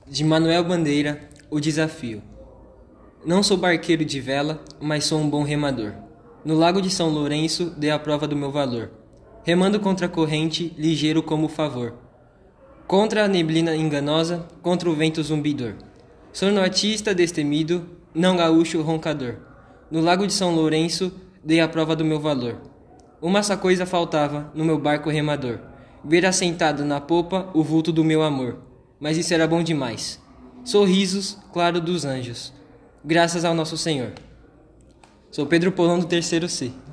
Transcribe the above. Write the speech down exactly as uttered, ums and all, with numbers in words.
De Manuel Bandeira, o desafio. Não sou barqueiro de vela, mas sou um bom remador. No lago de São Lourenço dei a prova do meu valor, remando contra a corrente, ligeiro como o favor. Contra a neblina enganosa, contra o vento zumbidor. Sou nortista destemido, não gaúcho roncador. No lago de São Lourenço dei a prova do meu valor. Uma só coisa faltava no meu barco remador: ver assentado na popa o vulto do meu amor. Mas isso era bom demais. Sorrisos, claro dos anjos. Graças ao nosso Senhor. Sou Pedro Polão do terceiro C.